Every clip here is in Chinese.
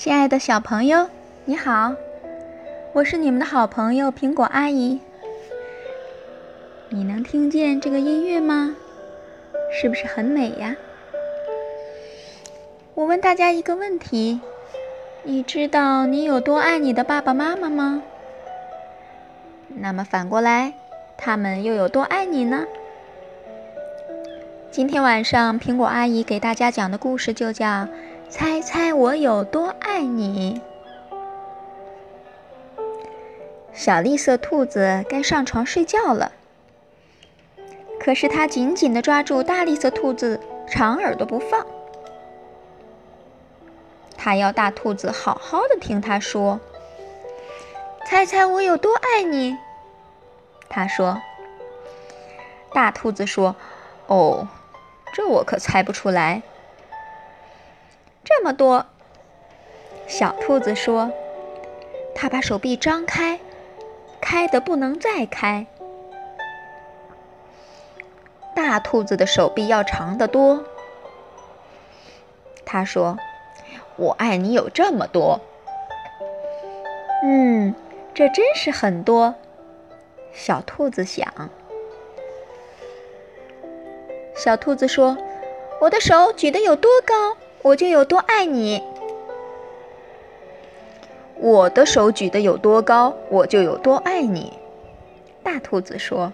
亲爱的小朋友，你好，我是你们的好朋友苹果阿姨。你能听见这个音乐吗？是不是很美呀？我问大家一个问题，你知道你有多爱你的爸爸妈妈吗？那么反过来，他们又有多爱你呢？今天晚上苹果阿姨给大家讲的故事就叫猜猜我有多爱你。小绿色兔子该上床睡觉了，可是它紧紧地抓住大绿色兔子长耳朵不放。它要大兔子好好的听它说，猜猜我有多爱你。它说。大兔子说，哦，这我可猜不出来。这么多。小兔子说，它把手臂张开，开得不能再开。大兔子的手臂要长得多。它说，我爱你有这么多。这真是很多。小兔子想。小兔子说，我的手举得有多高，我就有多爱你。我的手举得有多高，我就有多爱你。大兔子说。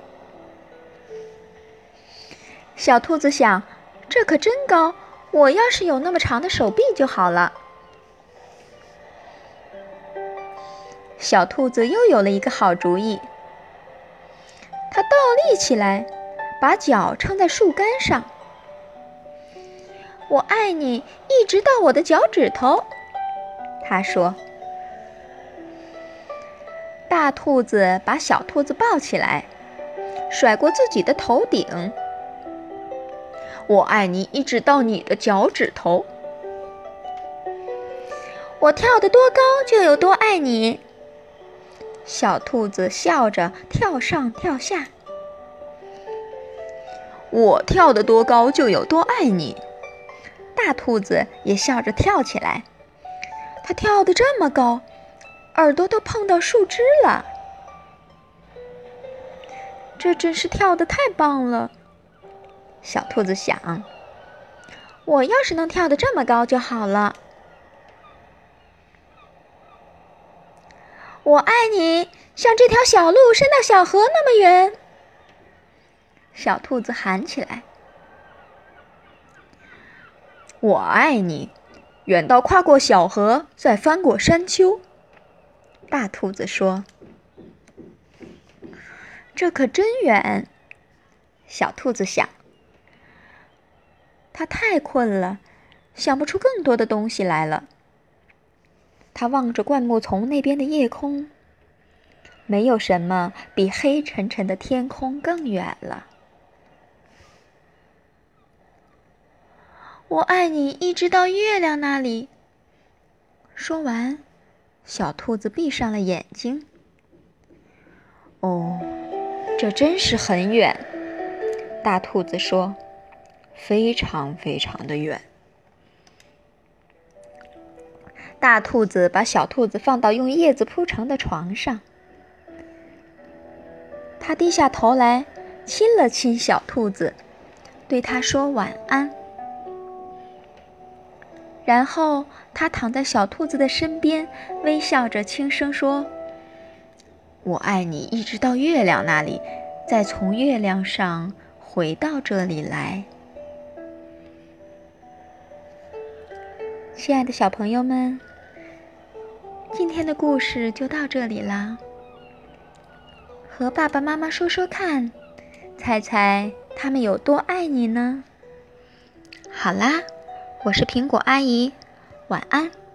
小兔子想，这可真高，我要是有那么长的手臂就好了。小兔子又有了一个好主意，它倒立起来，把脚撑在树干上。我爱你一直到我的脚趾头，它说。大兔子把小兔子抱起来，甩过自己的头顶。我爱你一直到你的脚趾头。我跳得多高就有多爱你。小兔子笑着跳上跳下。我跳得多高就有多爱你。大兔子也笑着跳起来，它跳得这么高，耳朵都碰到树枝了。这真是跳得太棒了。小兔子想，我要是能跳得这么高就好了。我爱你，像这条小路伸到小河那么远。小兔子喊起来。我爱你，远到跨过小河，再翻过山丘。大兔子说。这可真远。小兔子想。它太困了，想不出更多的东西来了。它望着灌木丛那边的夜空，没有什么比黑沉沉的天空更远了。我爱你一直到月亮那里。说完，小兔子闭上了眼睛。哦，这真是很远。大兔子说，非常非常的远。大兔子把小兔子放到用叶子铺成的床上，它低下头来亲了亲小兔子，对它说晚安。然后它躺在小兔子的身边，微笑着轻声说，我爱你一直到月亮那里，再从月亮上回到这里来。亲爱的小朋友们，今天的故事就到这里啦。和爸爸妈妈说说看，猜猜他们有多爱你呢？好啦，我是苹果阿姨，晚安。